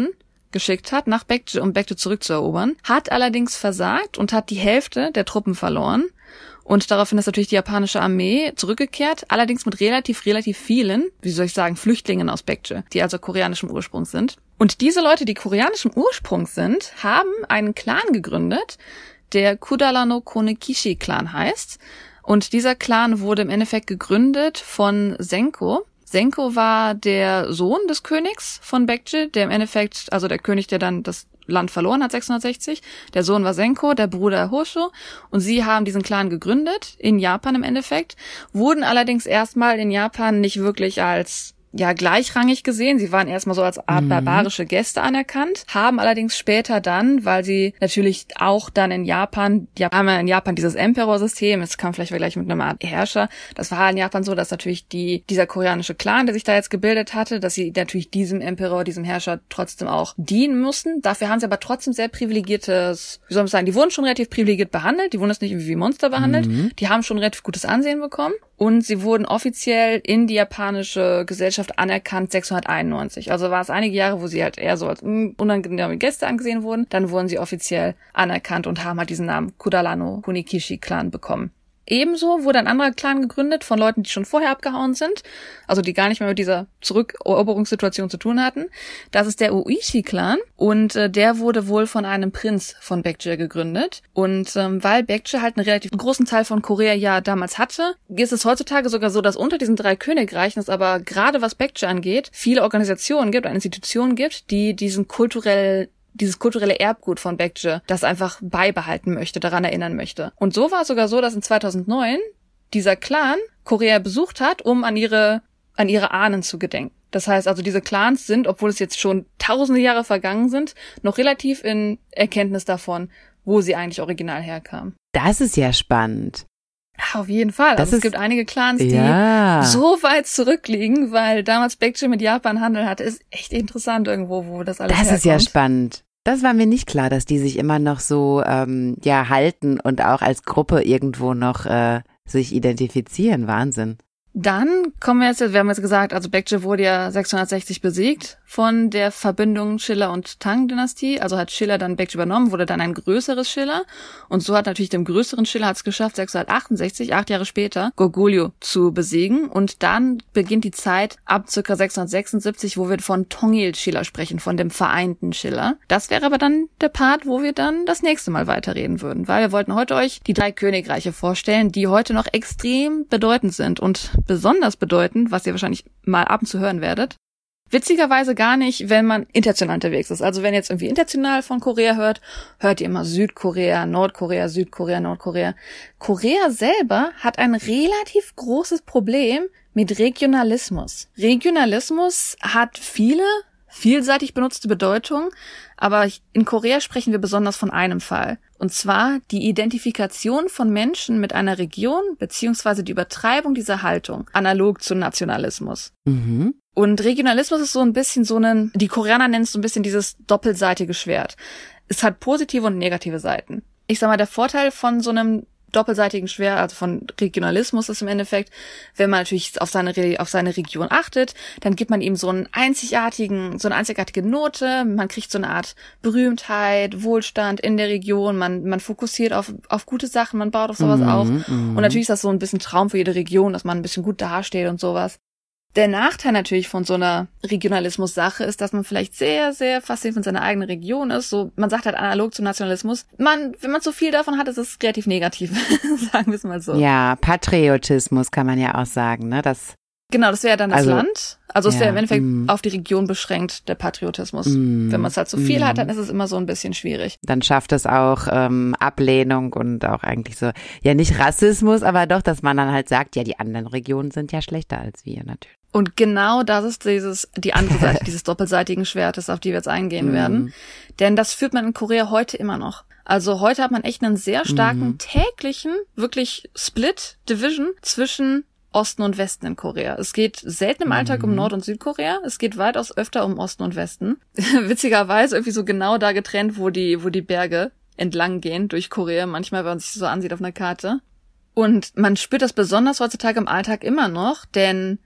geschickt hat nach Baekje, um Baekje zurückzuerobern, hat allerdings versagt und hat die Hälfte der Truppen verloren. Und daraufhin ist natürlich die japanische Armee zurückgekehrt, allerdings mit relativ, relativ vielen, wie soll ich sagen, Flüchtlingen aus Baekje, die also koreanischen Ursprungs sind. Und diese Leute, die koreanischen Ursprungs sind, haben einen Clan gegründet, der Kudala no Konekishi-Clan heißt. Und dieser Clan wurde im Endeffekt gegründet von Senko. Senko war der Sohn des Königs von Baekje, der im Endeffekt, also der König, der dann das Land verloren hat, sechshundertsechzig. Der Sohn war Senko, der Bruder Hosho. Und sie haben diesen Clan gegründet, in Japan im Endeffekt, wurden allerdings erstmal in Japan nicht wirklich als ja gleichrangig gesehen. Sie waren erstmal so als Art Mhm. barbarische Gäste anerkannt, haben allerdings später dann, weil sie natürlich auch dann in Japan, die haben ja in Japan dieses Emperor-System, jetzt kam vielleicht gleich mit einer Art Herrscher, das war in Japan so, dass natürlich die dieser koreanische Clan, der sich da jetzt gebildet hatte, dass sie natürlich diesem Emperor, diesem Herrscher trotzdem auch dienen mussten. Dafür haben sie aber trotzdem sehr privilegiertes, wie soll man sagen, die wurden schon relativ privilegiert behandelt, die wurden jetzt nicht irgendwie wie Monster behandelt, Mhm. die haben schon relativ gutes Ansehen bekommen und sie wurden offiziell in die japanische Gesellschaft anerkannt sechshunderteinundneunzig. Also war es einige Jahre, wo sie halt eher so als mh, unangenehme Gäste angesehen wurden. Dann wurden sie offiziell anerkannt und haben halt diesen Namen Kudala no Konekishi-Clan bekommen. Ebenso wurde ein anderer Clan gegründet von Leuten, die schon vorher abgehauen sind, also die gar nicht mehr mit dieser Zurückeroberungssituation zu tun hatten. Das ist der Oishi-Clan und äh, der wurde wohl von einem Prinz von Baekje gegründet. Und ähm, weil Baekje halt einen relativ großen Teil von Korea ja damals hatte, ist es heutzutage sogar so, dass unter diesen drei Königreichen es aber gerade was Baekje angeht, viele Organisationen gibt, Institutionen gibt, die diesen kulturell dieses kulturelle Erbgut von Baekje, das einfach beibehalten möchte, daran erinnern möchte. Und so war es sogar so, dass in zweitausendneun dieser Clan Korea besucht hat, um an ihre an ihre Ahnen zu gedenken. Das heißt also, diese Clans sind, obwohl es jetzt schon tausende Jahre vergangen sind, noch relativ in Erkenntnis davon, wo sie eigentlich original herkamen. Das ist ja spannend. Auf jeden Fall. Das Also es ist- gibt einige Clans, die Ja. so weit zurückliegen, weil damals Baekje mit Japan Handel hatte. Ist echt interessant irgendwo, wo das alles Das herkommt. ist ja spannend. Das war mir nicht klar, dass die sich immer noch so ähm, ja halten und auch als Gruppe irgendwo noch äh, sich identifizieren. Wahnsinn. Dann kommen wir jetzt, wir haben jetzt gesagt, also Baekje wurde ja sechshundertsechzig besiegt von der Verbindung Schiller und Tang-Dynastie. Also hat Schiller dann Baekje übernommen, wurde dann ein größeres Schiller. Und so hat natürlich dem größeren Schiller hat es geschafft, sechshundertachtundsechzig, acht Jahre später, Goguryeo zu besiegen. Und dann beginnt die Zeit ab ca. sechshundertsechsundsiebzig, wo wir von Tongil-Schiller sprechen, von dem vereinten Schiller. Das wäre aber dann der Part, wo wir dann das nächste Mal weiterreden würden. Weil wir wollten heute euch die drei Königreiche vorstellen, die heute noch extrem bedeutend sind und besonders bedeutend, was ihr wahrscheinlich mal ab und zu hören werdet. Witzigerweise gar nicht, wenn man international unterwegs ist. Also wenn ihr jetzt irgendwie international von Korea hört, hört ihr immer Südkorea, Nordkorea, Südkorea, Nordkorea. Korea selber hat ein relativ großes Problem mit Regionalismus. Regionalismus hat viele vielseitig benutzte Bedeutung, aber in Korea sprechen wir besonders von einem Fall. Und zwar die Identifikation von Menschen mit einer Region beziehungsweise die Übertreibung dieser Haltung, analog zu Nationalismus. Mhm. Und Regionalismus ist so ein bisschen so ein, die Koreaner nennen es so ein bisschen dieses doppelseitige Schwert. Es hat positive und negative Seiten. Ich sag mal, der Vorteil von so einem doppelseitigen Schwert, also von Regionalismus ist im Endeffekt, wenn man natürlich auf seine, Re- auf seine Region achtet, dann gibt man ihm so einen einzigartigen, so eine einzigartige Note, man kriegt so eine Art Berühmtheit, Wohlstand in der Region, man, man fokussiert auf, auf gute Sachen, man baut auf sowas Mhm, auf. mhm. Und natürlich ist das so ein bisschen Traum für jede Region, dass man ein bisschen gut dasteht und sowas. Der Nachteil natürlich von so einer Regionalismus-Sache ist, dass man vielleicht sehr, sehr fasziniert von seiner eigenen Region ist. So, man sagt halt analog zum Nationalismus. Man, wenn man zu viel davon hat, ist es relativ negativ. Sagen wir es mal so. Ja, Patriotismus kann man ja auch sagen, ne? Das, Genau, das wäre dann das Also, Land. Also es wäre ja, im Endeffekt mm. auf die Region beschränkt, der Patriotismus. Mm, Wenn man es halt zu viel mm. hat, dann ist es immer so ein bisschen schwierig. dann schafft es auch ähm, Ablehnung und auch eigentlich so, ja nicht Rassismus, aber doch, dass man dann halt sagt, ja, die anderen Regionen sind ja schlechter als wir natürlich. Und genau das ist dieses, die andere Seite dieses doppelseitigen Schwertes, auf die wir jetzt eingehen Mhm. werden. Denn das führt man in Korea heute immer noch. Also heute hat man echt einen sehr starken Mhm. täglichen, wirklich Split, Division zwischen Osten und Westen in Korea. Es geht selten im Alltag um Mhm. Nord- und Südkorea. Es geht weitaus öfter um Osten und Westen. Witzigerweise irgendwie so genau da getrennt, wo die, wo die Berge entlang gehen durch Korea. Manchmal, wenn man sich so ansieht auf einer Karte. Und man spürt das besonders heutzutage im Alltag immer noch, denn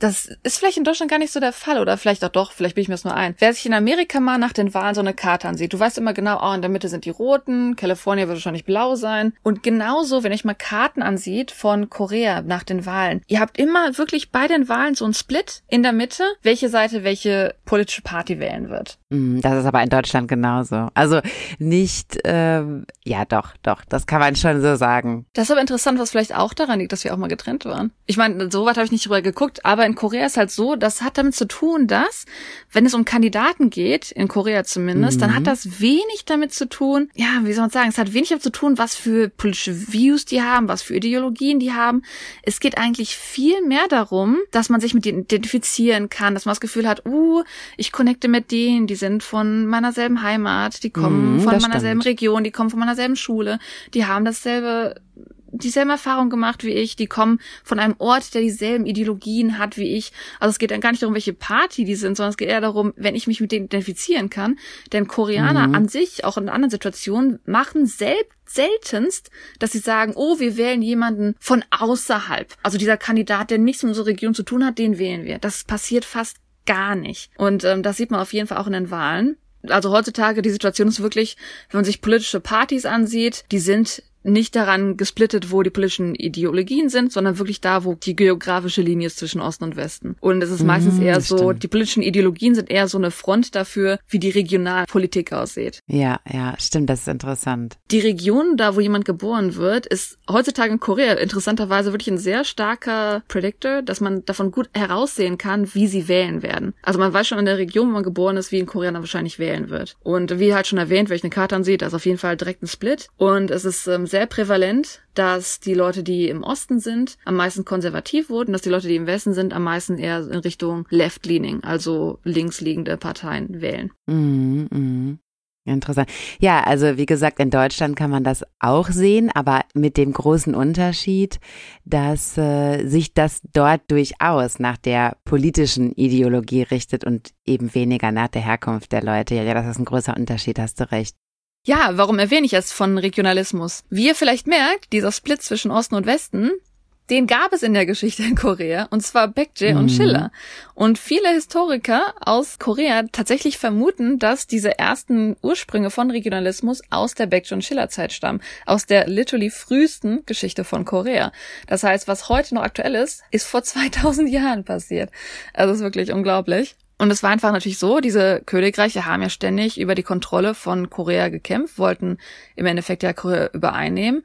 Das ist vielleicht in Deutschland gar nicht so der Fall oder vielleicht auch doch, vielleicht bin ich mir das nur ein. Wer sich in Amerika mal nach den Wahlen so eine Karte ansieht, du weißt immer genau, oh, in der Mitte sind die Roten, Kalifornien wird wahrscheinlich blau sein. Und genauso, wenn ihr euch mal Karten ansieht von Korea nach den Wahlen, ihr habt immer wirklich bei den Wahlen so einen Split in der Mitte, welche Seite welche politische Party wählen wird. Das ist aber in Deutschland genauso. Also nicht, ähm, ja doch, doch, das kann man schon so sagen. Das ist aber interessant, was vielleicht auch daran liegt, dass wir auch mal getrennt waren. Ich meine, so weit habe ich nicht drüber geguckt, aber in Korea ist halt so, das hat damit zu tun, dass, wenn es um Kandidaten geht, in Korea zumindest, mhm. dann hat das wenig damit zu tun, ja, wie soll man sagen, es hat wenig damit zu tun, was für politische Views die haben, was für Ideologien die haben. Es geht eigentlich viel mehr darum, dass man sich mit denen identifizieren kann, dass man das Gefühl hat, uh, ich connecte mit denen, die sind von meiner selben Heimat, die kommen mhm, von meiner stimmt. selben Region, die kommen von meiner selben Schule, die haben dasselbe, dieselben Erfahrungen gemacht wie ich, die kommen von einem Ort, der dieselben Ideologien hat wie ich. Also es geht dann gar nicht darum, welche Party die sind, sondern es geht eher darum, wenn ich mich mit denen identifizieren kann. Denn Koreaner mhm. an sich, auch in anderen Situationen, machen selbst seltenst, dass sie sagen, oh, wir wählen jemanden von außerhalb. Also dieser Kandidat, der nichts mit unserer Region zu tun hat, den wählen wir. Das passiert fast gar nicht. Und ähm, das sieht man auf jeden Fall auch in den Wahlen. Also heutzutage, die Situation ist wirklich, wenn man sich politische Partys ansieht, die sind nicht daran gesplittet, wo die politischen Ideologien sind, sondern wirklich da, wo die geografische Linie ist zwischen Osten und Westen. Und es ist meistens eher so, stimmt. die politischen Ideologien sind eher so eine Front dafür, wie die Regionalpolitik aussieht. Ja, ja, stimmt, das ist interessant. Die Region, da wo jemand geboren wird, ist heutzutage in Korea interessanterweise wirklich ein sehr starker Predictor, dass man davon gut heraussehen kann, wie sie wählen werden. Also man weiß schon in der Region, wo man geboren ist, wie ein Koreaner wahrscheinlich wählen wird. Und wie halt schon erwähnt, wenn ich eine Karte ansieht, da ist auf jeden Fall direkt ein Split. Und es ist ähm, sehr prävalent, dass die Leute, die im Osten sind, am meisten konservativ wurden, dass die Leute, die im Westen sind, am meisten eher in Richtung left-leaning, also links liegende Parteien wählen. Mhm, mh. Interessant. Ja, also wie gesagt, in Deutschland kann man das auch sehen, aber mit dem großen Unterschied, dass äh, sich das dort durchaus nach der politischen Ideologie richtet und eben weniger nach der Herkunft der Leute. Ja, ja, das ist ein großer Unterschied, hast du recht. Ja, warum erwähne ich es von Regionalismus? Wie ihr vielleicht merkt, dieser Split zwischen Osten und Westen, den gab es in der Geschichte in Korea, und zwar Baekje mhm. und Schiller. Und viele Historiker aus Korea tatsächlich vermuten, dass diese ersten Ursprünge von Regionalismus aus der Baekje- und Schiller-Zeit stammen, aus der literally frühesten Geschichte von Korea. Das heißt, was heute noch aktuell ist, ist vor zweitausend Jahren passiert. Also es ist wirklich unglaublich. Und es war einfach natürlich so, diese Königreiche haben ja ständig über die Kontrolle von Korea gekämpft, wollten im Endeffekt ja Korea übereinnehmen.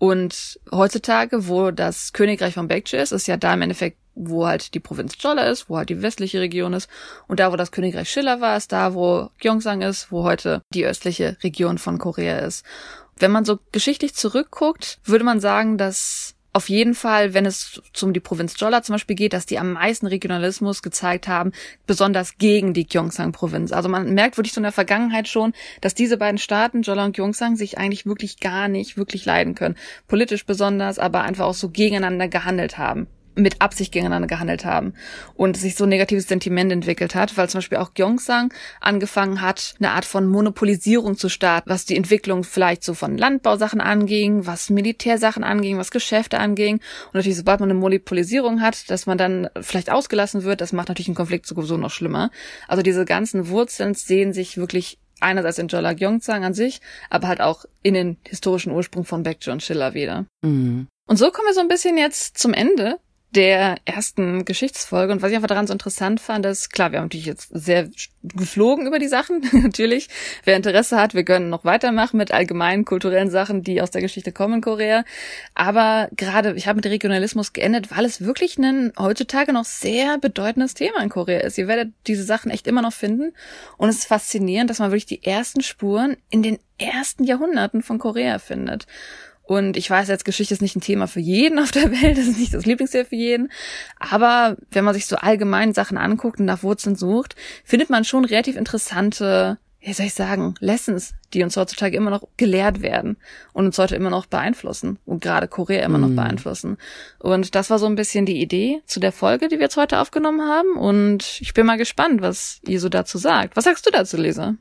Und heutzutage, wo das Königreich von Baekje ist, ist ja da im Endeffekt, wo halt die Provinz Jeolla ist, wo halt die westliche Region ist. Und da, wo das Königreich Schiller war, ist da, wo Gyeongsang ist, wo heute die östliche Region von Korea ist. Wenn man so geschichtlich zurückguckt, würde man sagen, dass auf jeden Fall, wenn es um die Provinz Jeolla zum Beispiel geht, dass die am meisten Regionalismus gezeigt haben, besonders gegen die Gyeongsang-Provinz. Also man merkt wirklich so in der Vergangenheit schon, dass diese beiden Staaten, Jeolla und Gyeongsang, sich eigentlich wirklich gar nicht wirklich leiden können. Politisch besonders, aber einfach auch so gegeneinander gehandelt haben. mit Absicht gegeneinander gehandelt haben und sich so ein negatives Sentiment entwickelt hat, weil zum Beispiel auch Gyeongsang angefangen hat, eine Art von Monopolisierung zu starten, was die Entwicklung vielleicht so von Landbausachen anging, was Militärsachen anging, was Geschäfte anging. Und natürlich, sobald man eine Monopolisierung hat, dass man dann vielleicht ausgelassen wird, das macht natürlich einen Konflikt sowieso noch schlimmer. Also diese ganzen Wurzeln sehen sich wirklich einerseits in Jeolla Gyeongsang an sich, aber halt auch in den historischen Ursprung von Baekje und Schiller wieder. Mhm. Und so kommen wir so ein bisschen jetzt zum Ende der ersten Geschichtsfolge. Und was ich einfach daran so interessant fand, ist, klar, wir haben natürlich jetzt sehr geflogen über die Sachen, natürlich. Wer Interesse hat, wir können noch weitermachen mit allgemeinen kulturellen Sachen, die aus der Geschichte kommen in Korea. Aber gerade, ich habe mit Regionalismus geendet, weil es wirklich ein heutzutage noch sehr bedeutendes Thema in Korea ist. Ihr werdet diese Sachen echt immer noch finden. Und es ist faszinierend, dass man wirklich die ersten Spuren in den ersten Jahrhunderten von Korea findet. Und ich weiß jetzt, Geschichte ist nicht ein Thema für jeden auf der Welt, das ist nicht das Lieblingsthema für jeden. Aber wenn man sich so allgemein Sachen anguckt und nach Wurzeln sucht, findet man schon relativ interessante, wie soll ich sagen, Lessons, die uns heutzutage immer noch gelehrt werden und uns heute immer noch beeinflussen und gerade Korea immer noch mm. beeinflussen. Und das war so ein bisschen die Idee zu der Folge, die wir jetzt heute aufgenommen haben. Und ich bin mal gespannt, was ihr so dazu sagt. Was sagst du dazu, Lisa?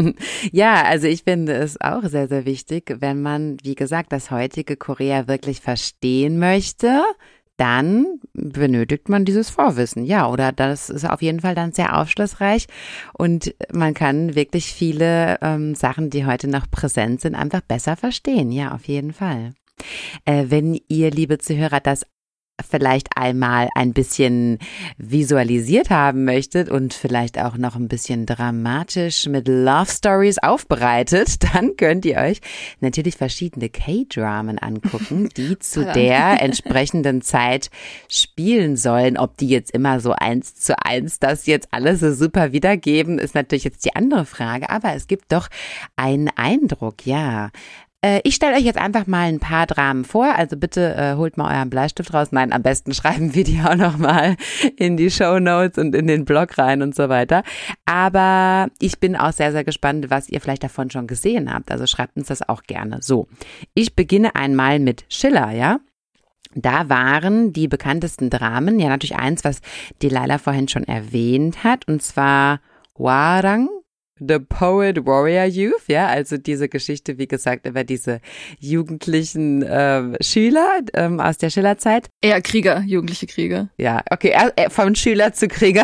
Ja, also ich finde es auch sehr, sehr wichtig, wenn man, wie gesagt, das heutige Korea wirklich verstehen möchte, dann benötigt man dieses Vorwissen. Ja, oder das ist auf jeden Fall dann sehr aufschlussreich und man kann wirklich viele ähm, Sachen, die heute noch präsent sind, einfach besser verstehen. Ja, auf jeden Fall. Äh, wenn ihr, liebe Zuhörer, das vielleicht einmal ein bisschen visualisiert haben möchtet und vielleicht auch noch ein bisschen dramatisch mit Love Stories aufbereitet, dann könnt ihr euch natürlich verschiedene K-Dramen angucken, die zu der entsprechenden Zeit spielen sollen. Ob die jetzt immer so eins zu eins das jetzt alles so super wiedergeben, ist natürlich jetzt die andere Frage, aber es gibt doch einen Eindruck, ja. Ich stelle euch jetzt einfach mal ein paar Dramen vor, also bitte äh, holt mal euren Bleistift raus. Nein, am besten schreiben wir die auch nochmal in die Shownotes und in den Blog rein und so weiter. Aber ich bin auch sehr, sehr gespannt, was ihr vielleicht davon schon gesehen habt. Also schreibt uns das auch gerne. So, ich beginne einmal mit Schiller, ja. Da waren die bekanntesten Dramen, ja natürlich eins, was Delilah vorhin schon erwähnt hat, und zwar Hwarang. The Poet Warrior Youth, ja, also diese Geschichte, wie gesagt, über diese jugendlichen ähm, Schüler ähm, aus der Schillerzeit. Eher Krieger, jugendliche Krieger. Ja, okay, äh, von Schüler zu Krieger.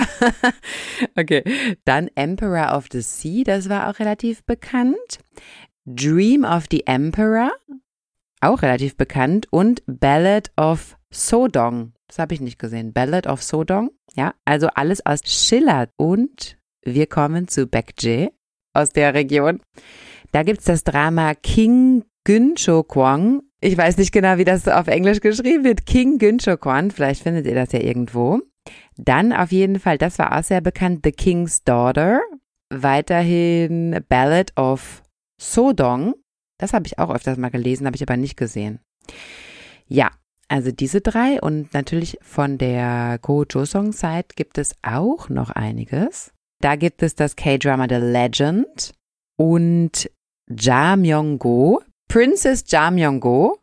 Okay, dann Emperor of the Sea, das war auch relativ bekannt. Dream of the Emperor, auch relativ bekannt. Und Ballad of Sodong, das habe ich nicht gesehen. Ballad of Sodong, ja, also alles aus Schiller. Und wir kommen zu Baekje aus der Region. Da gibt's das Drama King Gyncho-kwon. Ich weiß nicht genau, wie das auf Englisch geschrieben wird. King Gyncho-kwon, vielleicht findet ihr das ja irgendwo. Dann auf jeden Fall, das war auch sehr bekannt, The King's Daughter. Weiterhin Ballad of Sodong. Das habe ich auch öfters mal gelesen, habe ich aber nicht gesehen. Ja, also diese drei und natürlich von der Go Joseon-Zeit gibt es auch noch einiges. Da gibt es das K-Drama The Legend und Ja Myung-go, Princess Ja Myung-go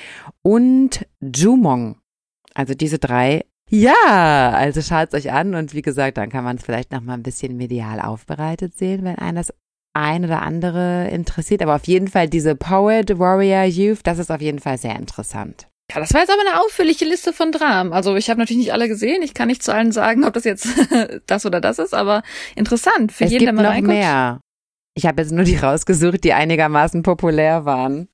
und Jumong. Also diese drei. Ja, also schaut's euch an und wie gesagt, dann kann man es vielleicht noch mal ein bisschen medial aufbereitet sehen, wenn einen das ein oder andere interessiert. Aber auf jeden Fall diese Poet Warrior Youth, das ist auf jeden Fall sehr interessant. Ja, das war jetzt aber eine ausführliche Liste von Dramen. Also ich habe natürlich nicht alle gesehen. Ich kann nicht zu allen sagen, ob das jetzt das oder das ist, aber interessant. Für es jeden, gibt der mal noch reinguckt. Mehr. Ich habe jetzt nur die rausgesucht, die einigermaßen populär waren.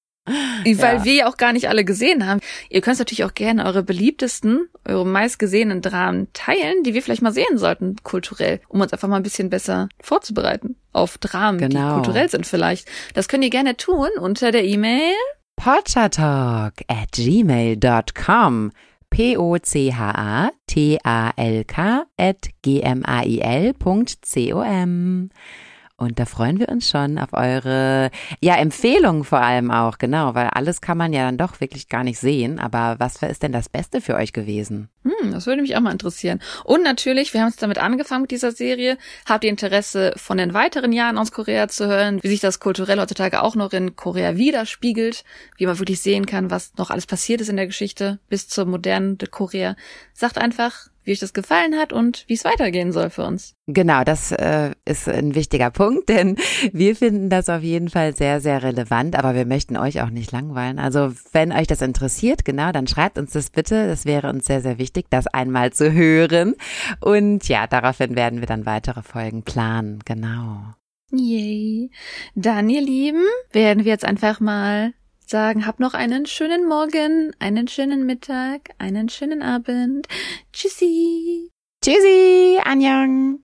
Weil ja. wir ja auch gar nicht alle gesehen haben. Ihr könnt natürlich auch gerne eure beliebtesten, eure meistgesehenen Dramen teilen, die wir vielleicht mal sehen sollten, kulturell, um uns einfach mal ein bisschen besser vorzubereiten auf Dramen, genau. die kulturell sind vielleicht. Das könnt ihr gerne tun unter der E-Mail pochatalk at gmail dot com P O C H A T A L K at G M A I L Punkt com. Und da freuen wir uns schon auf eure, ja, Empfehlungen vor allem auch, genau, weil alles kann man ja dann doch wirklich gar nicht sehen. Aber was ist denn das Beste für euch gewesen? Hm, das würde mich auch mal interessieren. Und natürlich, wir haben es damit angefangen mit dieser Serie. Habt ihr Interesse, von den weiteren Jahren aus Korea zu hören, wie sich das kulturell heutzutage auch noch in Korea widerspiegelt, wie man wirklich sehen kann, was noch alles passiert ist in der Geschichte bis zur modernen Korea? Sagt einfach, wie euch das gefallen hat und wie es weitergehen soll für uns. Genau, das äh, ist ein wichtiger Punkt, denn wir finden das auf jeden Fall sehr, sehr relevant, aber wir möchten euch auch nicht langweilen. Also wenn euch das interessiert, genau, dann schreibt uns das bitte. Das wäre uns sehr, sehr wichtig, das einmal zu hören. Und ja, daraufhin werden wir dann weitere Folgen planen, genau. Yay. Dann, ihr Lieben, werden wir jetzt einfach mal sagen, habt noch einen schönen Morgen, einen schönen Mittag, einen schönen Abend. Tschüssi. Tschüssi, Annyeong.